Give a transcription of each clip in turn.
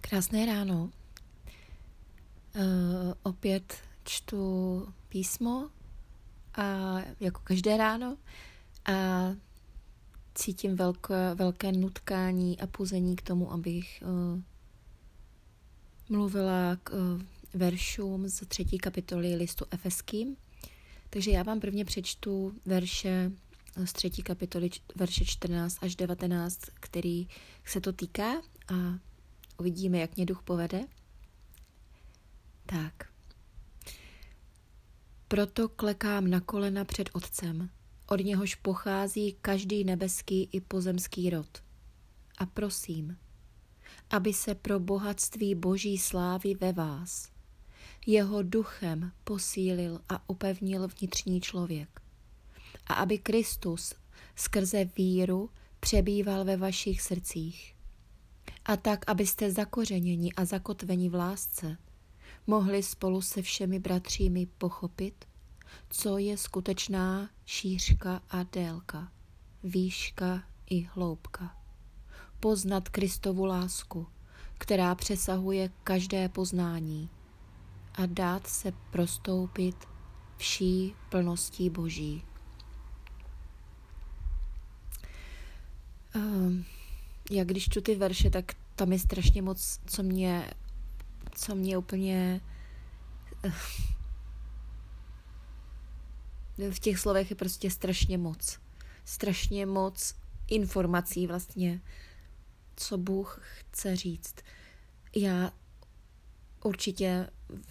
Krásné ráno. Opět čtu písmo a jako každé ráno a cítím velké nutkání a puzení k tomu, abych mluvila k veršům z 3. kapitoly listu Efeským. Takže já vám prvně přečtu verše z 3. kapitoly, verše 14 až 19, který se to týká a uvidíme, jak mě duch povede. Tak. Proto klekám na kolena před Otcem, od něhož pochází každý nebeský i pozemský rod. A prosím, aby se pro bohatství Boží slávy ve vás, jeho duchem posílil a upevnil vnitřní člověk. A aby Kristus skrze víru přebýval ve vašich srdcích. A tak, abyste zakořeněni a zakotveni v lásce, mohli spolu se všemi bratřími pochopit, co je skutečná šířka a délka, výška i hloubka. Poznat Kristovu lásku, která přesahuje každé poznání, a dát se prostoupit vší plností Boží. Já když čtu ty verše, tak tam je strašně moc, co mě úplně v těch slovech je prostě strašně moc informací vlastně, co Bůh chce říct. Já určitě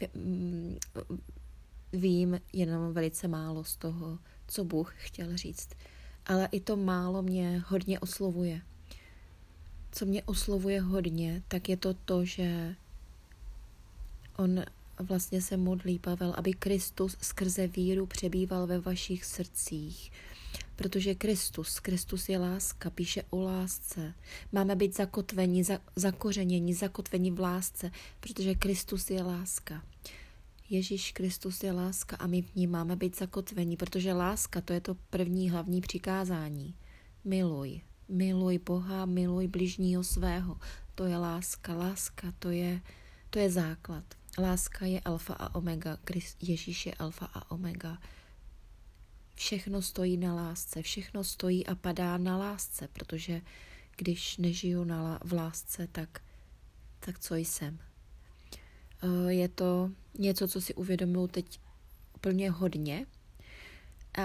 vím jenom velice málo z toho, co Bůh chtěl říct, ale i to málo mě hodně oslovuje. Co mě oslovuje hodně, tak je to, že on vlastně se modlí, Pavel, aby Kristus skrze víru přebýval ve vašich srdcích. Protože Kristus je láska, píše o lásce. Máme být zakotveni, zakořeněni, zakotveni v lásce, protože Kristus je láska. Ježíš Kristus je láska a my v ní máme být zakotveni, protože láska, to je to první hlavní přikázání. Miluj Boha, miluj bližního svého. To je láska. Láska, to je základ. Láska je alfa a omega. Ježíš je alfa a omega. Všechno stojí na lásce. Všechno stojí a padá na lásce, protože když nežiju v lásce, tak co jsem? Je to něco, co si uvědomuji teď úplně hodně. A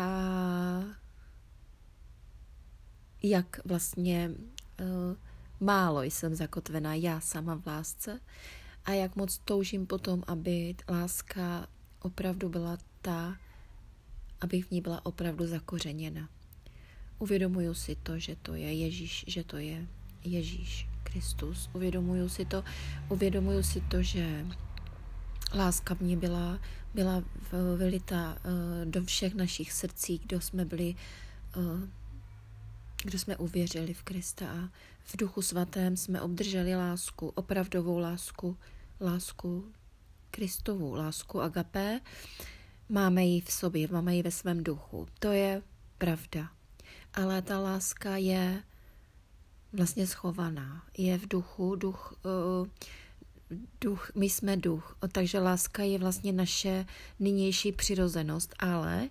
jak vlastně málo jsem zakotvená já sama v lásce a jak moc toužím potom, aby láska opravdu byla abych v ní byla opravdu zakořeněna. Uvědomuju si to, že to je Ježíš, Ježíš Kristus. Uvědomuju si to, že láska v ní byla vylita do všech našich srdcí, kdo jsme uvěřili v Krista a v Duchu Svatém jsme obdrželi lásku, opravdovou lásku Kristovu, lásku agapé. Máme ji v sobě, máme ji ve svém duchu. To je pravda. Ale ta láska je vlastně schovaná. Je v duchu, duch, my jsme duch. Takže láska je vlastně naše nynější přirozenost, ale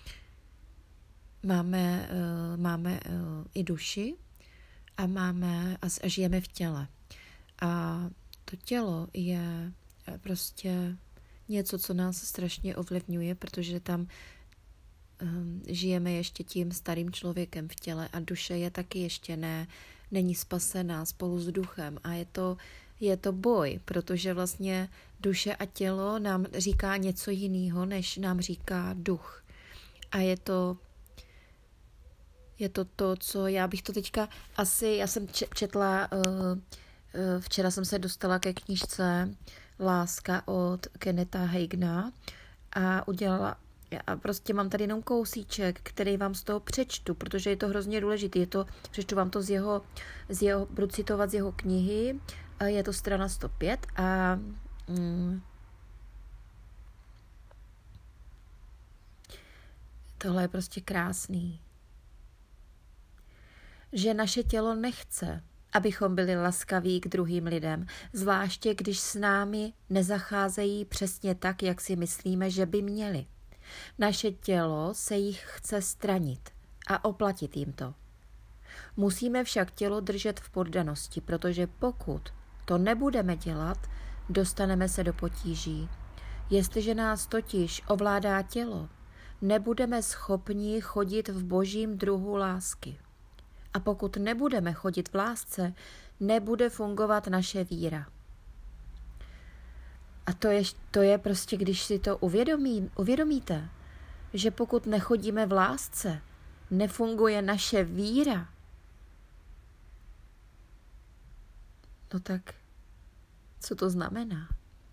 máme i duši a žijeme v těle. A to tělo je prostě něco, co nás strašně ovlivňuje, protože tam žijeme ještě tím starým člověkem v těle a duše je taky ještě není spasená spolu s duchem a je to boj, protože vlastně duše a tělo nám říká něco jiného, než nám říká duch. A je to co já bych to teďka já jsem četla, včera jsem se dostala ke knížce Láska od Kennetha Hagina a prostě mám tady jenom kousíček, který vám z toho přečtu, protože je to hrozně důležité. Přečtu vám to budu citovat z jeho knihy, je to strana 105 a tohle je prostě krásný. Že naše tělo nechce, abychom byli laskaví k druhým lidem, zvláště když s námi nezacházejí přesně tak, jak si myslíme, že by měli. Naše tělo se jich chce stranit a oplatit jim to. Musíme však tělo držet v poddanosti, protože pokud to nebudeme dělat, dostaneme se do potíží. Jestliže nás totiž ovládá tělo, nebudeme schopni chodit v božím druhu lásky. A pokud nebudeme chodit v lásce, nebude fungovat naše víra. A to je prostě, když si to uvědomíte, že pokud nechodíme v lásce, nefunguje naše víra, no tak co to znamená?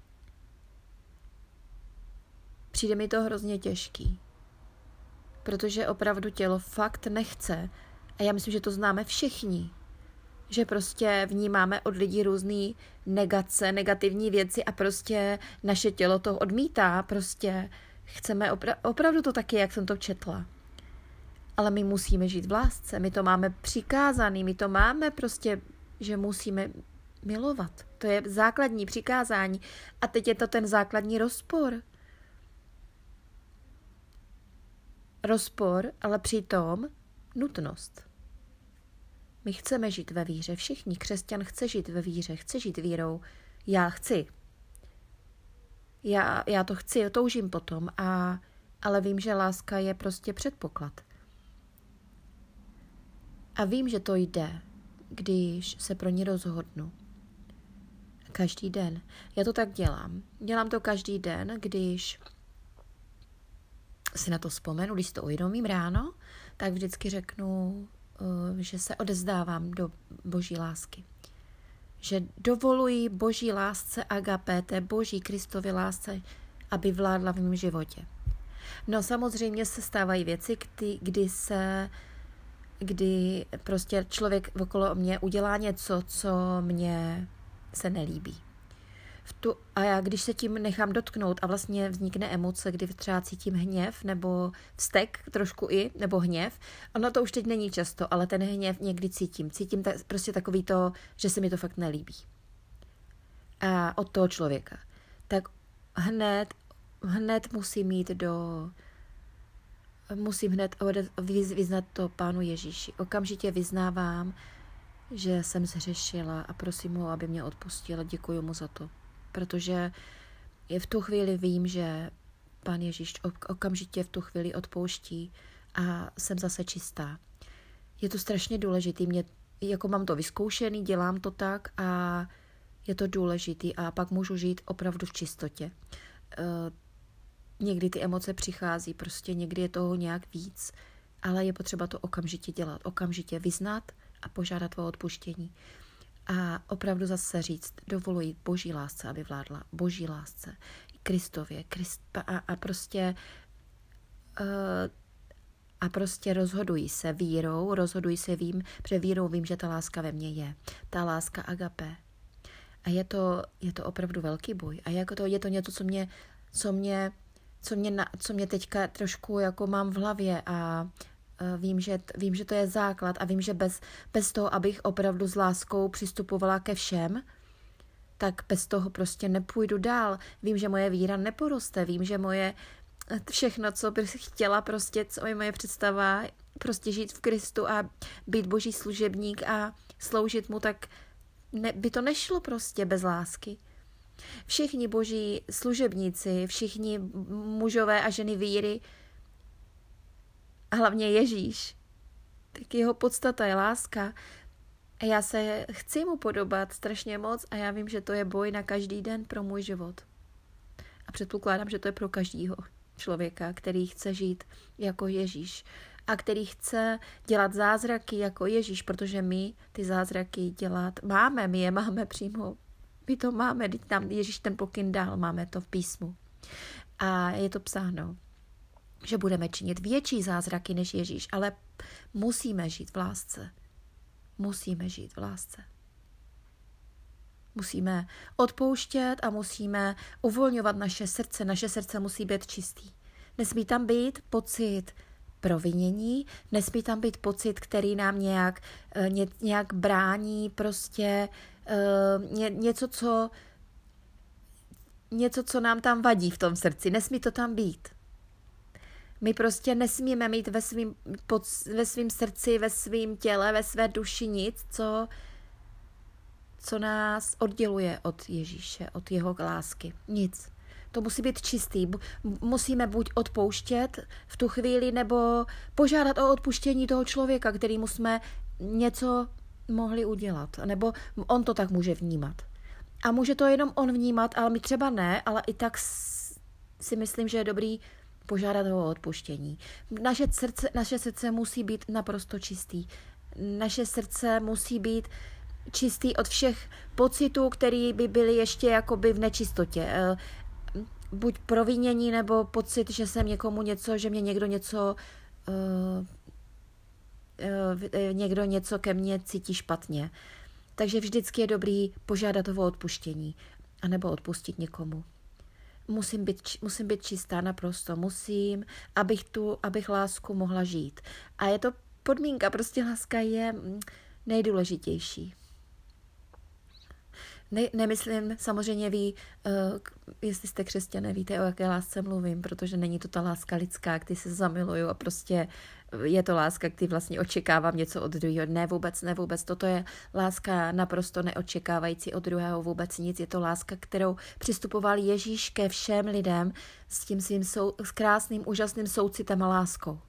Přijde mi to hrozně těžký, protože opravdu tělo fakt nechce, a já myslím, že to známe všichni, že prostě vnímáme od lidí různý negace, negativní věci a prostě naše tělo to odmítá, prostě chceme opravdu to taky, jak jsem to četla. Ale my musíme žít v lásce, my to máme přikázaný, my to máme prostě, že musíme milovat. To je základní přikázání a teď je to ten základní rozpor. Rozpor, ale přitom nutnost. My chceme žít ve víře, všichni křesťan chce žít ve víře, chce žít vírou. Já chci. Já to chci, toužím potom, ale vím, že láska je prostě předpoklad. A vím, že to jde, když se pro ní rozhodnu. Každý den. Já to tak dělám. Dělám to každý den, když si na to vzpomenu, když si to uvědomím ráno, tak vždycky řeknu, že se odezdávám do boží lásky. Že dovoluji boží lásce agape, té boží Kristově lásce, aby vládla v mém životě. No samozřejmě se stávají věci, kdy prostě člověk okolo mě udělá něco, co mě se nelíbí. A já, když se tím nechám dotknout a vlastně vznikne emoce, kdy třeba cítím hněv nebo vztek trošku nebo hněv, ono to už teď není často, ale ten hněv někdy cítím. Cítím prostě takový to, že se mi to fakt nelíbí. A od toho člověka. Tak hned musím hned vyznat to Pánu Ježíši. Okamžitě vyznávám, že jsem zhřešila a prosím ho, aby mě odpustil. Děkuji mu za to. Protože v tu chvíli vím, že Pán Ježíš okamžitě v tu chvíli odpouští a jsem zase čistá. Je to strašně důležitý. Jako mám to vyzkoušený, dělám to tak a je to důležitý a pak můžu žít opravdu v čistotě. Někdy ty emoce přichází, prostě někdy je toho nějak víc, ale je potřeba to okamžitě dělat, okamžitě vyznat a požádat o odpuštění. A opravdu zase říct, dovoluji boží lásce, aby vládla, boží lásce, Kristově, a prostě rozhoduji se vírou, protože vírou vím, že ta láska ve mně je, ta láska agape. A je to opravdu velký boj. A je to něco, co mě teďka trošku jako mám v hlavě a vím, že to je základ a vím, že bez toho, abych opravdu s láskou přistupovala ke všem, tak bez toho prostě nepůjdu dál. Vím, že moje víra neporoste, vím, že moje všechno, co bych chtěla prostě, co je moje představa, prostě žít v Kristu a být boží služebník a sloužit mu, tak by to nešlo prostě bez lásky. Všichni boží služebníci, všichni mužové a ženy víry, a hlavně Ježíš, tak jeho podstata je láska. A já se chci mu podobat strašně moc a já vím, že to je boj na každý den pro můj život. A předpokládám, že to je pro každýho člověka, který chce žít jako Ježíš a který chce dělat zázraky jako Ježíš, protože my ty zázraky dělat máme, my je máme přímo. My to máme, teď nám Ježíš ten pokyn dal, máme to v písmu. A je to psáno, že budeme činit větší zázraky než Ježíš, ale musíme žít v lásce. Musíme žít v lásce. Musíme odpouštět a musíme uvolňovat naše srdce. Naše srdce musí být čistý. Nesmí tam být pocit provinění, nesmí tam být pocit, který nám nějak brání, prostě něco, co nám tam vadí v tom srdci. Nesmí to tam být. My prostě nesmíme mít ve svém srdci, ve svém těle, ve své duši nic, co nás odděluje od Ježíše, od jeho lásky. Nic. To musí být čistý. Musíme buď odpouštět v tu chvíli, nebo požádat o odpuštění toho člověka, kterýmu jsme něco mohli udělat. Nebo on to tak může vnímat. A může to jenom on vnímat, ale my třeba ne, ale i tak si myslím, že je dobrý požádat ho o odpuštění. Naše srdce musí být naprosto čistý. Naše srdce musí být čistý od všech pocitů, které by byly ještě jakoby v nečistotě. Buď provinění, nebo pocit, že jsem někomu něco, že mě někdo něco ke mně cítí špatně. Takže vždycky je dobrý požádat o odpuštění, anebo odpustit někomu. Musím být čistá naprosto. Abych lásku mohla žít. A je to podmínka, prostě láska je nejdůležitější. Nemyslím, samozřejmě jestli jste křesťané, víte, o jaké lásce mluvím, protože není to ta láska lidská, kdy se zamiluju a prostě je to láska, kdy vlastně očekávám něco od druhého. Ne vůbec. Toto je láska naprosto neočekávající od druhého vůbec nic. Je to láska, kterou přistupoval Ježíš ke všem lidem s tím svým s krásným, úžasným soucitem a láskou.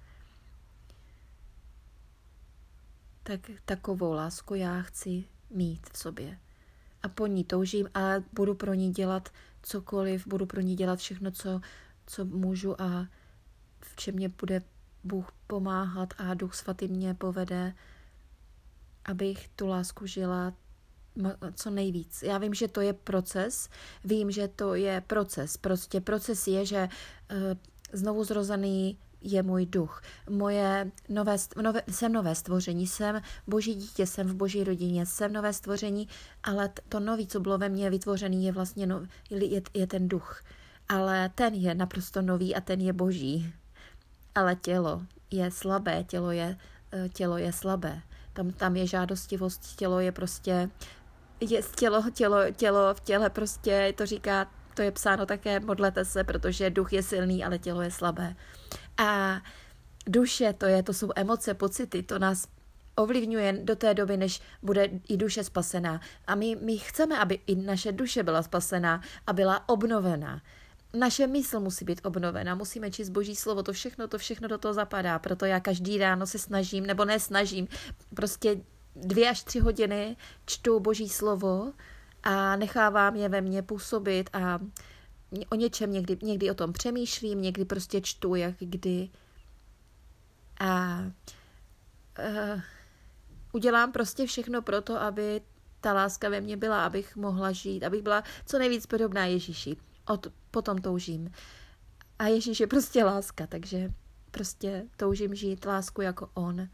Tak takovou lásku já chci mít v sobě. A po ní toužím a budu pro ní dělat cokoliv, budu pro ní dělat všechno, co můžu a v čem mě bude Bůh pomáhat a Duch Svatý mě povede, abych tu lásku žila co nejvíc. Já vím, že to je proces, Prostě proces je, že znovu zrozený je můj duch. Jsem nové stvoření, jsem Boží dítě, jsem v Boží rodině, jsem nové stvoření, ale to nový, co bylo ve mně vytvořený, je vlastně je ten duch. Ale ten je naprosto nový a ten je Boží. Ale tělo je slabé, tělo je slabé. Tam je žádostivost, tělo je prostě, tělo v těle prostě, to říká, to je psáno také, modlete se, protože duch je silný, ale tělo je slabé. A duše, to jsou emoce, pocity, to nás ovlivňuje do té doby, než bude i duše spasená. A my chceme, aby i naše duše byla spasená a byla obnovená. Naše mysl musí být obnovena, musíme číst Boží slovo, to všechno do toho zapadá, proto já každý ráno se snažím, nebo nesnažím, prostě 2 až 3 hodiny čtu Boží slovo a nechávám je ve mně působit a o něčem někdy o tom přemýšlím, někdy prostě čtu, jak kdy. A udělám prostě všechno pro to, aby ta láska ve mně byla, abych mohla žít, abych byla co nejvíc podobná Ježíši. Potom toužím. A Ježíš je prostě láska, takže prostě toužím žít lásku jako on.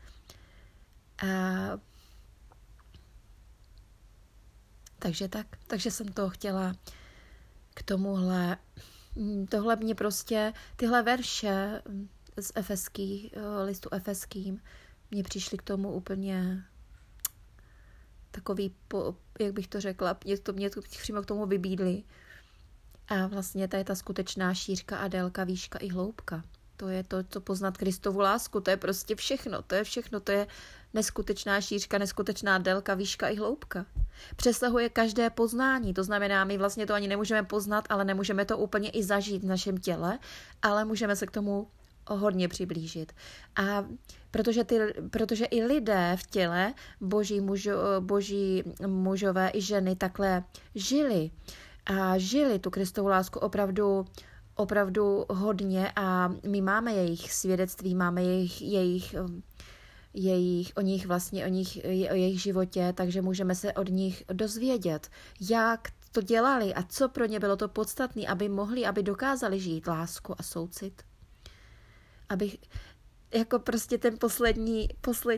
Takže jsem to chtěla k tomuhle. Tohle mě prostě, tyhle verše z listu Efeským, mě přišly k tomu úplně takový, jak bych to řekla, mě to přímo k tomu vybídly. A vlastně to je ta skutečná šířka a délka, výška i hloubka. To je to, co poznat Kristovu lásku, to je prostě všechno, to je neskutečná šířka, neskutečná délka, výška i hloubka. Přesahuje každé poznání, to znamená, my vlastně to ani nemůžeme poznat, ale nemůžeme to úplně i zažít v našem těle, ale můžeme se k tomu hodně přiblížit. A protože i lidé v těle, boží mužové i ženy takhle žili tu Kristovu lásku opravdu hodně a my máme jejich svědectví, máme o jejich životě, takže můžeme se od nich dozvědět, jak to dělali a co pro ně bylo to podstatné, aby dokázali žít lásku a soucit. Jako prostě ten poslední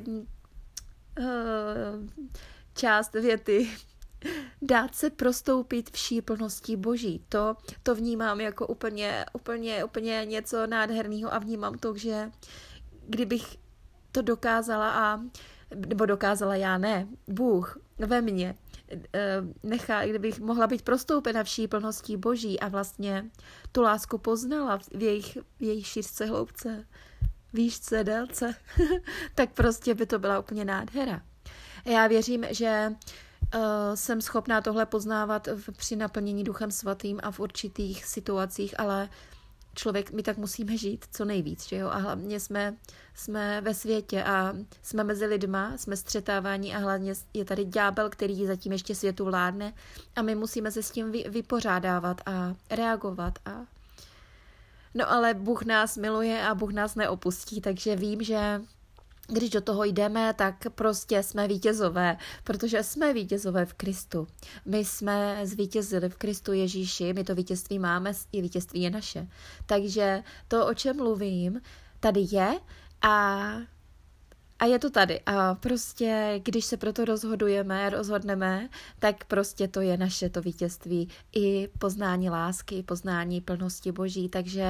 část věty, dát se prostoupit vší plností Boží. To vnímám jako úplně něco nádherného a vnímám to, že kdybych to dokázala nebo dokázala já, ne, Bůh ve mně, kdybych mohla být prostoupena vší plností Boží a vlastně tu lásku poznala v jejich šířce, hloubce, výšce, délce, tak prostě by to byla úplně nádhera. Já věřím, že jsem schopná tohle poznávat při naplnění Duchem Svatým a v určitých situacích, ale my tak musíme žít co nejvíc, že jo? A hlavně jsme ve světě a jsme mezi lidma, jsme střetávání a hlavně je tady ďábel, který zatím ještě světu vládne a my musíme se s tím vypořádávat a reagovat. No ale Bůh nás miluje a Bůh nás neopustí, takže vím, že když do toho jdeme, tak prostě jsme vítězové, protože jsme vítězové v Kristu. My jsme zvítězili v Kristu Ježíši, my to vítězství máme, i vítězství je naše. Takže to, o čem mluvím, tady je a je to tady. A prostě, když se proto rozhodneme, tak prostě to je naše, to vítězství. I poznání lásky, i poznání plnosti Boží,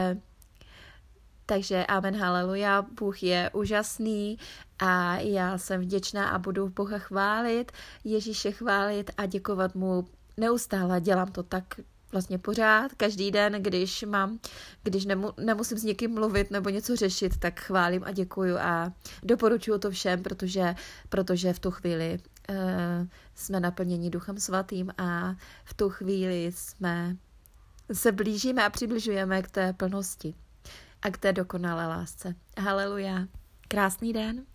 takže amen, haleluja, Bůh je úžasný a já jsem vděčná a budu Boha chválit, Ježíše chválit a děkovat mu neustále. Dělám to tak vlastně pořád, každý den, když nemusím s někým mluvit nebo něco řešit, tak chválím a děkuju a doporučuju to všem, protože v tu chvíli jsme naplněni Duchem Svatým a v tu chvíli se blížíme a přibližujeme k té plnosti a k té dokonalé lásce. Haleluja. Krásný den.